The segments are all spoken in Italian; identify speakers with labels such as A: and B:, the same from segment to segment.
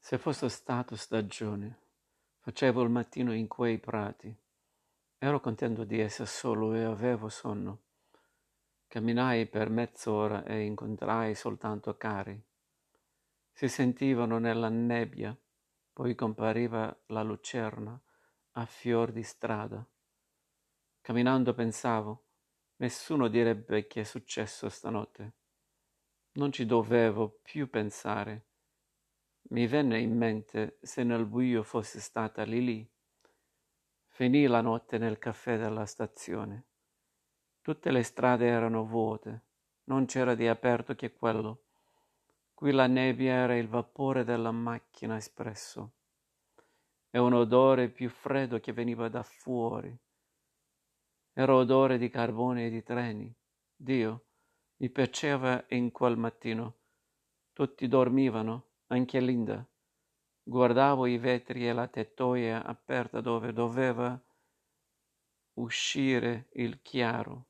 A: Se fosse stato stagione, facevo il mattino in quei prati. Ero contento di essere solo e avevo sonno. Camminai per mezz'ora e incontrai soltanto cari. Si sentivano nella nebbia, poi compariva la lucerna a fior di strada. Camminando pensavo, nessuno direbbe che è successo stanotte. Non ci dovevo più pensare. Mi venne in mente se nel buio fosse stata Lili. Finì la notte nel caffè della stazione. Tutte le strade erano vuote, non c'era di aperto che quello. Qui la nebbia era il vapore della macchina espresso e un odore più freddo che veniva da fuori. Era odore di carbone e di treni. Dio, mi piaceva in quel mattino. Tutti dormivano, anche Linda. Guardavo i vetri e la tettoia aperta dove doveva uscire il chiaro.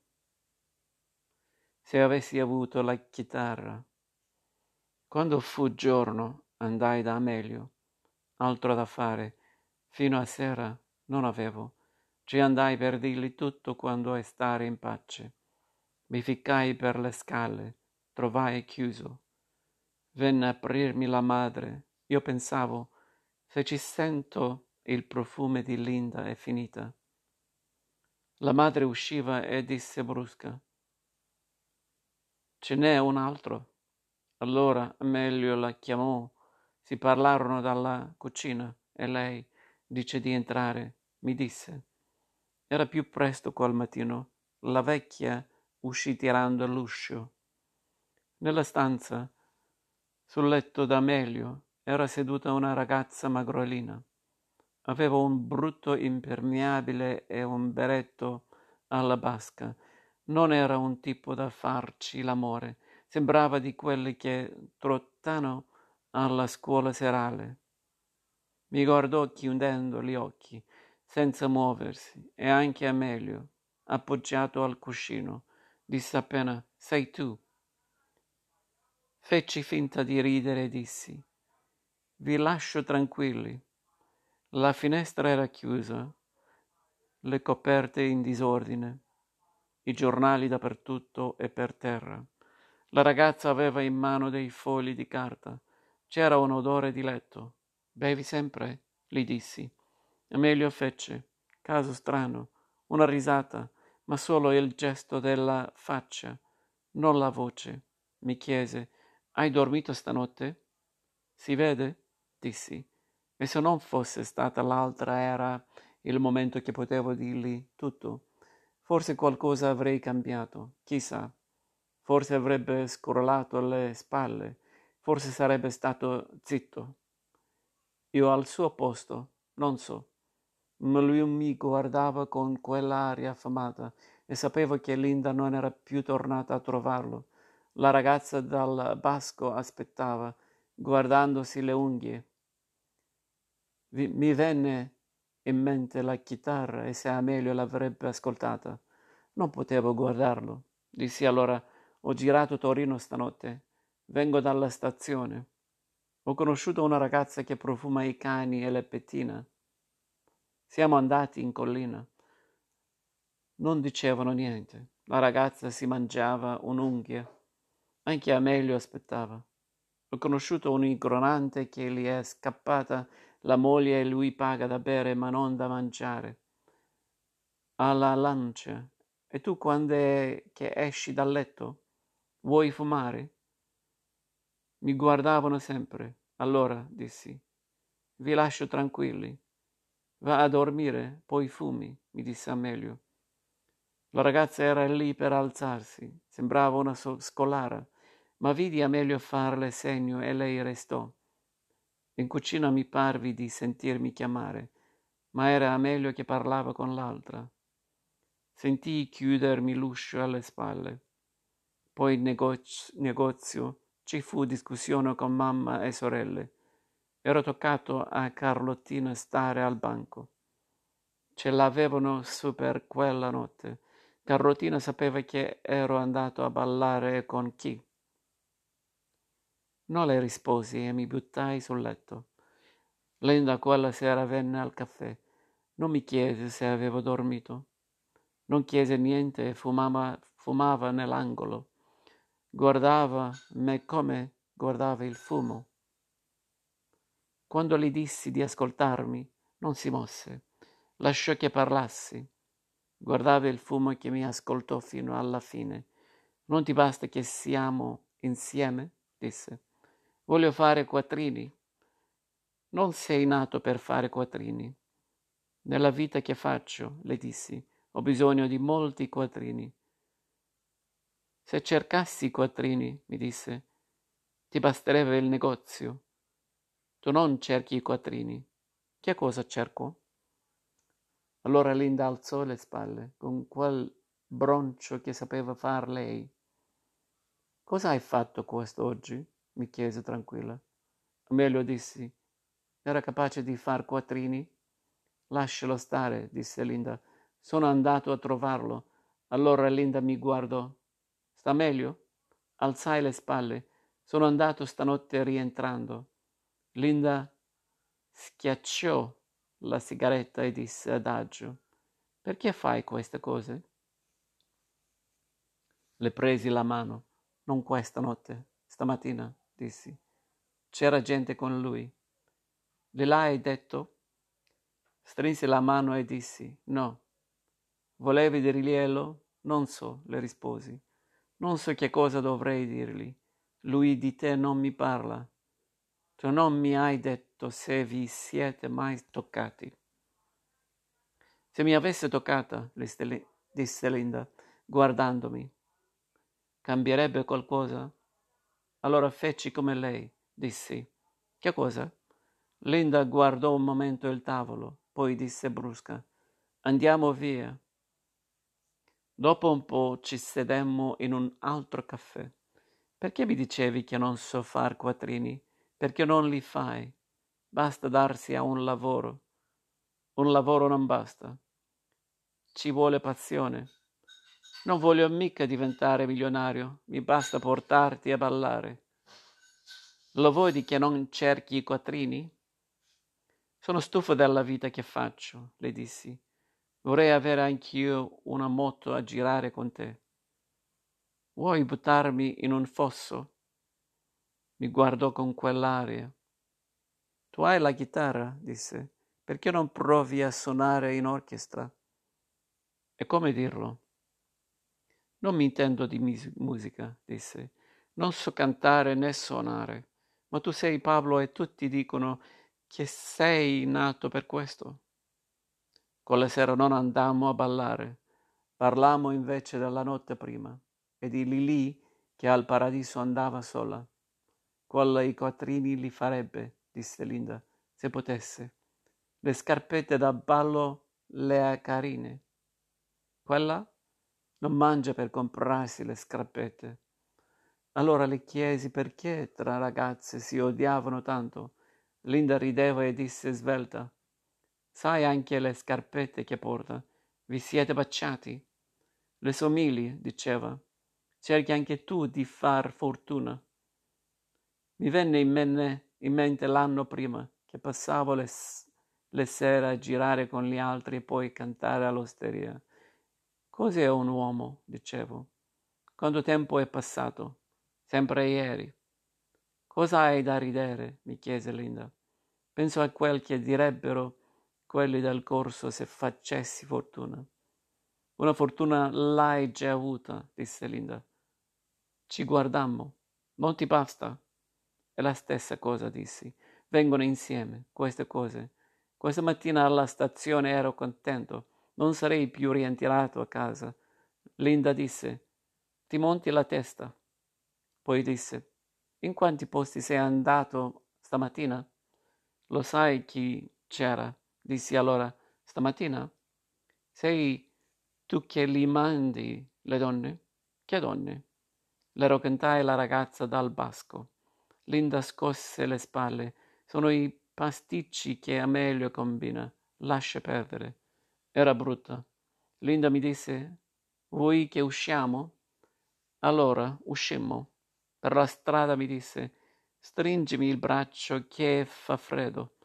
A: Se avessi avuto la chitarra. Quando fu giorno andai da Amelio, altro da fare, fino a sera non avevo. Ci andai per dirgli tutto quando è stare in pace. Mi ficcai per le scale, trovai chiuso. Venne a aprirmi la madre. Io pensavo, se ci sento il profumo di Linda è finita. La madre usciva e disse brusca: Ce n'è un altro. Allora Amelio la chiamò, si parlarono dalla cucina e lei dice di entrare. Mi disse. Era più presto quel mattino. La vecchia uscì tirando l'uscio. Nella stanza, sul letto d'Amelio, era seduta una ragazza magrolina. Aveva un brutto impermeabile e un berretto alla basca. Non era un tipo da farci l'amore. Sembrava di quelli che trottano alla scuola serale. Mi guardò chiudendo gli occhi, senza muoversi, e anche Amelio, appoggiato al cuscino, disse appena: Sei tu. Feci finta di ridere e dissi: Vi lascio tranquilli. La finestra era chiusa, le coperte in disordine, i giornali dappertutto e per terra. La ragazza aveva in mano dei fogli di carta. C'era un odore di letto. Bevi sempre? Gli dissi. Amelio fece, caso strano, una risata, ma solo il gesto della faccia, non la voce. Mi chiese: Hai dormito stanotte? Si vede? Dissi. E se non fosse stata l'altra era il momento che potevo dirgli tutto. Forse qualcosa avrei cambiato, chissà. Forse avrebbe scrollato le spalle, forse sarebbe stato zitto. Io al suo posto, non so. Ma lui mi guardava con quell'aria affamata e sapevo che Linda non era più tornata a trovarlo. La ragazza dal basco aspettava, guardandosi le unghie. Mi venne in mente la chitarra e se Amelio l'avrebbe ascoltata. Non potevo guardarlo. Dissi allora: Ho girato Torino stanotte. Vengo dalla stazione. Ho conosciuto una ragazza che profuma i cani e le pettina. Siamo andati in collina. Non dicevano niente. La ragazza si mangiava un'unghia. Anche Amelio aspettava. Ho conosciuto un ignorante che gli è scappata la moglie e lui paga da bere ma non da mangiare. Alla lancia. E tu quando è che esci dal letto? Vuoi fumare? Mi guardavano sempre. Allora dissi: Vi lascio tranquilli. Va a dormire, poi fumi, mi disse Amelio. La ragazza era lì per alzarsi, sembrava una scolara, ma vidi Amelio farle segno e lei restò. In cucina mi parvi di sentirmi chiamare, ma era Amelio che parlava con l'altra. Sentii chiudermi l'uscio alle spalle. Poi in negozio ci fu discussione con mamma e sorelle. Ero toccato a Carlottina stare al banco. Ce l'avevano su per quella notte. Carlottina sapeva che ero andato a ballare e con chi. Non le risposi e mi buttai sul letto. Linda quella sera venne al caffè. Non mi chiese se avevo dormito. Non chiese niente e fumava nell'angolo. Guardava me come guardava il fumo. Quando gli dissi di ascoltarmi, non si mosse. Lasciò che parlassi. Guardava il fumo che mi ascoltò fino alla fine. Non ti basta che siamo insieme? Disse. Voglio fare quattrini. Non sei nato per fare quattrini. Nella vita che faccio, le dissi, ho bisogno di molti quattrini. Se cercassi i quattrini, mi disse, ti basterebbe il negozio. Tu non cerchi i quattrini. Che cosa cerco? Allora Linda alzò le spalle, con quel broncio che sapeva far lei. Cosa hai fatto quest'oggi? Mi chiese tranquilla. Amelio dissi, era capace di far quattrini? Lascialo stare, disse Linda. Sono andato a trovarlo. Allora Linda mi guardò. Sta meglio? Alzai le spalle. Sono andato stanotte rientrando. Linda schiacciò la sigaretta e disse adagio. Perché fai queste cose? Le presi la mano. Non questa notte, stamattina, dissi. C'era gente con lui. Gliel'hai detto? Strinsi la mano e dissi, no. Volevi dirglielo? Non so, le risposi. Non so che cosa dovrei dirgli. Lui di te non mi parla. Tu non mi hai detto se vi siete mai toccati. Se mi avesse toccata, disse Linda, guardandomi, cambierebbe qualcosa? Allora feci come lei, dissi. Che cosa? Linda guardò un momento il tavolo, poi disse brusca. Andiamo via. Dopo un po' ci sedemmo in un altro caffè. Perché mi dicevi che non so far quattrini? Perché non li fai? Basta darsi a un lavoro. Un lavoro non basta. Ci vuole passione. Non voglio mica diventare milionario, mi basta portarti a ballare. Lo vuoi che non cerchi i quattrini? Sono stufo della vita che faccio, le dissi. Vorrei avere anch'io una moto a girare con te. Vuoi buttarmi in un fosso? Mi guardò con quell'aria. Tu hai la chitarra, disse. Perché non provi a suonare in orchestra? E come dirlo? Non mi intendo di musica, disse. Non so cantare né suonare, ma tu sei Pablo e tutti dicono che sei nato per questo. Quella sera non andammo a ballare, parlammo invece della notte prima e di Lilì che al paradiso andava sola. Quella i quattrini li farebbe, disse Linda, se potesse. Le scarpette da ballo le ha carine. Quella non mangia per comprarsi le scarpette. Allora le chiesi perché tra ragazze si odiavano tanto. Linda rideva e disse svelta. Sai anche le scarpette che porta? Vi siete baciati? Le somigli, diceva. Cerchi anche tu di far fortuna. Mi venne in mente l'anno prima che passavo le sere a girare con gli altri e poi cantare all'osteria. Cos'è un uomo? Dicevo. Quanto tempo è passato? Sempre ieri. Cosa hai da ridere? Mi chiese Linda. Penso a quel che direbbero quelli del corso se facessi fortuna. Una fortuna l'hai già avuta, disse Linda. Ci guardammo. Non ti basta? È la stessa cosa, dissi. Vengono insieme, queste cose. Questa mattina alla stazione ero contento. Non sarei più rientrato a casa. Linda disse, ti monti la testa. Poi disse, in quanti posti sei andato stamattina? Lo sai chi c'era? Dissi allora, stamattina? Sei tu che li mandi le donne? Che donne? Le raccontai la ragazza dal basco. Linda scosse le spalle. Sono i pasticci che Amelio combina. Lascia perdere. Era brutta. Linda mi disse, vuoi che usciamo? Allora uscimmo. Per la strada mi disse, stringimi il braccio che fa freddo.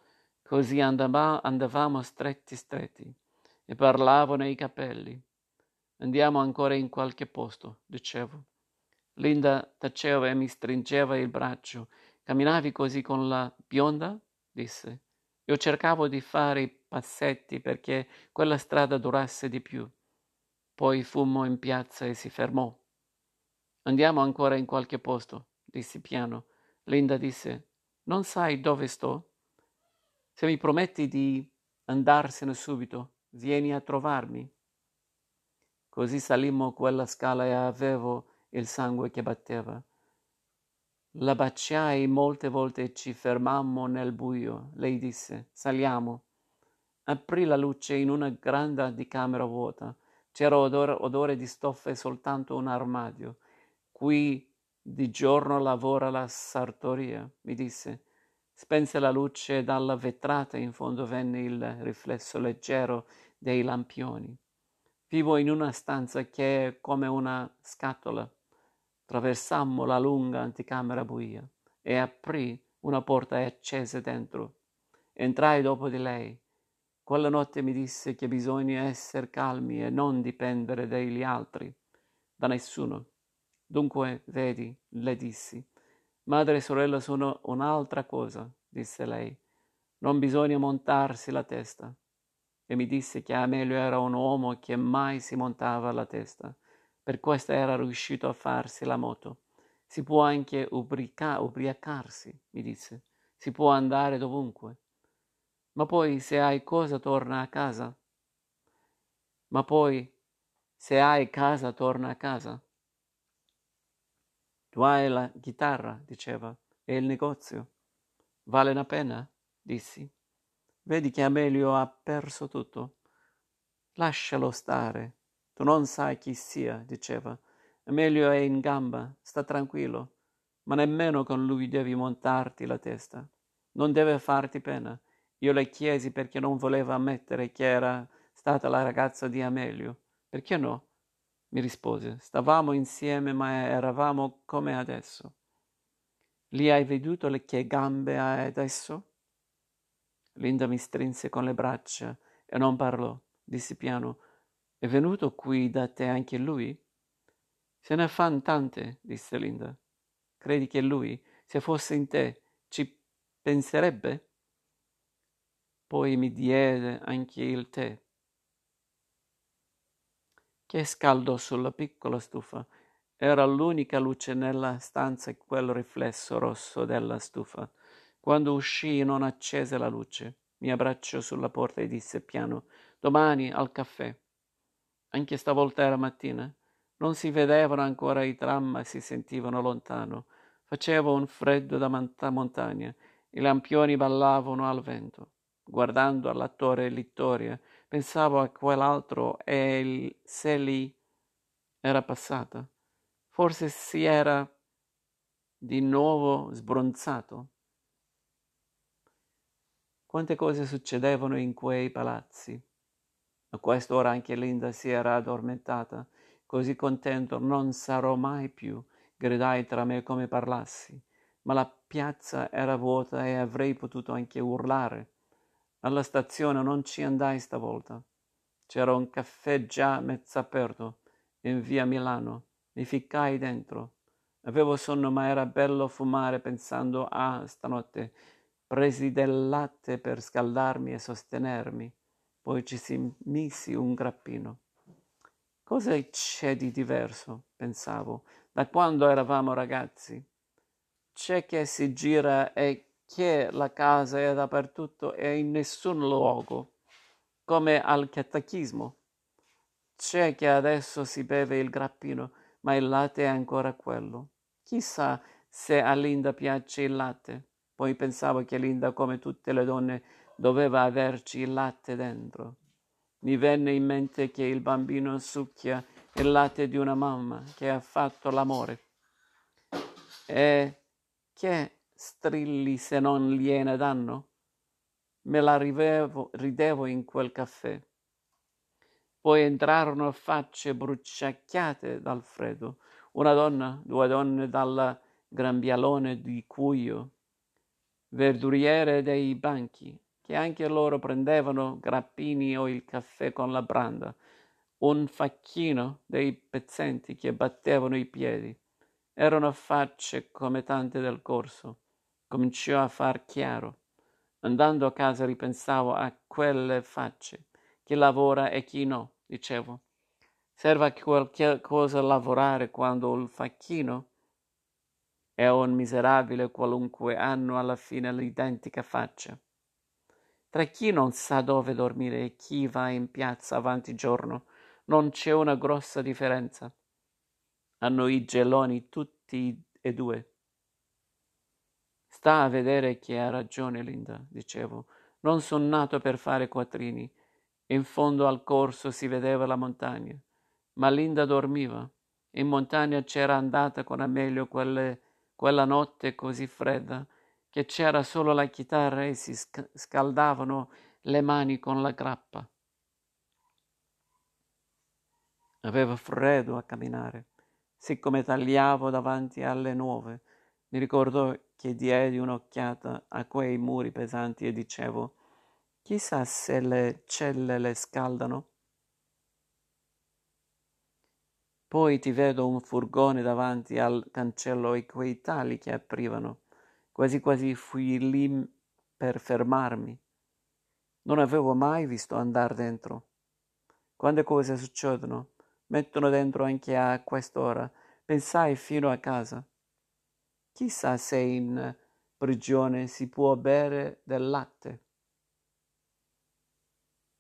A: Così andavamo stretti e parlavo nei capelli. Andiamo ancora in qualche posto, dicevo. Linda taceva e mi stringeva il braccio. Camminavi così con la bionda? Disse. Io cercavo di fare i passetti perché quella strada durasse di più. Poi fummo in piazza e si fermò. Andiamo ancora in qualche posto, dissi piano. Linda disse, non sai dove sto? Se mi prometti di andarsene subito, vieni a trovarmi. Così salimmo quella scala e avevo il sangue che batteva. La baciai molte volte e ci fermammo nel buio. Lei disse, saliamo. Aprì la luce in una grande anticamera vuota. C'era odore di stoffe e soltanto un armadio. Qui di giorno lavora la sartoria, mi disse. Spense la luce e dalla vetrata in fondo venne il riflesso leggero dei lampioni. Vivo in una stanza che è come una scatola. Traversammo la lunga anticamera buia e aprì una porta e accese dentro. Entrai dopo di lei. Quella notte mi disse che bisogna essere calmi e non dipendere dagli altri, da nessuno. Dunque, vedi, le dissi, madre e sorella sono un'altra cosa, disse lei. Non bisogna montarsi la testa. E mi disse che Amelio era un uomo che mai si montava la testa. Per questo era riuscito a farsi la moto. Si può anche ubriacarsi, mi disse. Si può andare dovunque. Ma poi se hai cosa torna a casa. Ma poi se hai casa torna a casa. Tu hai la chitarra, diceva, e il negozio. Vale la pena? Dissi. Vedi che Amelio ha perso tutto. Lascialo stare. Tu non sai chi sia, diceva. Amelio è in gamba, sta tranquillo, ma nemmeno con lui devi montarti la testa. Non deve farti pena. Io le chiesi perché non voleva ammettere che era stata la ragazza di Amelio. Perché no? Mi rispose. Stavamo insieme, ma eravamo come adesso. Lì hai veduto che gambe ha adesso? Linda mi strinse con le braccia e non parlò. Dissi piano, è venuto qui da te anche lui? Se ne fan tante, disse Linda. Credi che lui, se fosse in te, ci penserebbe? Poi mi diede anche il tè, che scaldò sulla piccola stufa. Era l'unica luce nella stanza quel riflesso rosso della stufa. Quando uscii non accese la luce. Mi abbracciò sulla porta e disse piano, domani al caffè. Anche stavolta era mattina. Non si vedevano ancora i tram, ma si sentivano lontano. Faceva un freddo da montagna. I lampioni ballavano al vento. Guardando all'attore Littoria, pensavo a quell'altro e se lì era passata. Forse si era di nuovo sbronzato. Quante cose succedevano in quei palazzi. A quest'ora anche Linda si era addormentata. Così contento non sarò mai più, gridai tra me come parlassi. Ma la piazza era vuota e avrei potuto anche urlare. Alla stazione non ci andai stavolta. C'era un caffè già mezzaperto in via Milano. Mi ficcai dentro. Avevo sonno, ma era bello fumare pensando a stanotte. Presi del latte per scaldarmi e sostenermi. Poi ci si misi un grappino. Cosa c'è di diverso, pensavo, da quando eravamo ragazzi? C'è che si gira e che la casa è dappertutto e in nessun luogo, come al catechismo. C'è che adesso si beve il grappino, ma il latte è ancora quello. Chissà se a Linda piace il latte. Poi pensavo che Linda, come tutte le donne, doveva averci il latte dentro. Mi venne in mente che il bambino succhia il latte di una mamma che ha fatto l'amore. E che strilli se non gliene danno? Me la ridevo in quel caffè. Poi entrarono facce bruciacchiate dal freddo. Una donna, due donne dal grembialone di cuoio, verduriere dei banchi, che anche loro prendevano grappini o il caffè con la branda, un facchino dei pezzenti che battevano i piedi. Erano facce come tante del corso. Cominciò a far chiaro. Andando a casa ripensavo a quelle facce. Chi lavora e chi no, dicevo. Serve a qualche cosa lavorare quando il facchino è un miserabile qualunque hanno alla fine l'identica faccia. Tra chi non sa dove dormire e chi va in piazza avanti giorno non c'è una grossa differenza. Hanno i geloni tutti e due. Sta a vedere che ha ragione Linda, dicevo. Non son nato per fare quattrini. In fondo al corso si vedeva la montagna. Ma Linda dormiva. In montagna c'era andata con Amelio quella notte così fredda che c'era solo la chitarra e si scaldavano le mani con la grappa. Aveva freddo a camminare. Siccome tagliavo davanti alle nuove, mi ricordò che diedi un'occhiata a quei muri pesanti e dicevo, chissà se le celle le scaldano. Poi ti vedo un furgone davanti al cancello e quei tali che aprivano. Quasi quasi fui lì per fermarmi. Non avevo mai visto andar dentro. Quante cose succedono? Mettono dentro anche a quest'ora. Pensai fino a casa. Chissà se in prigione si può bere del latte.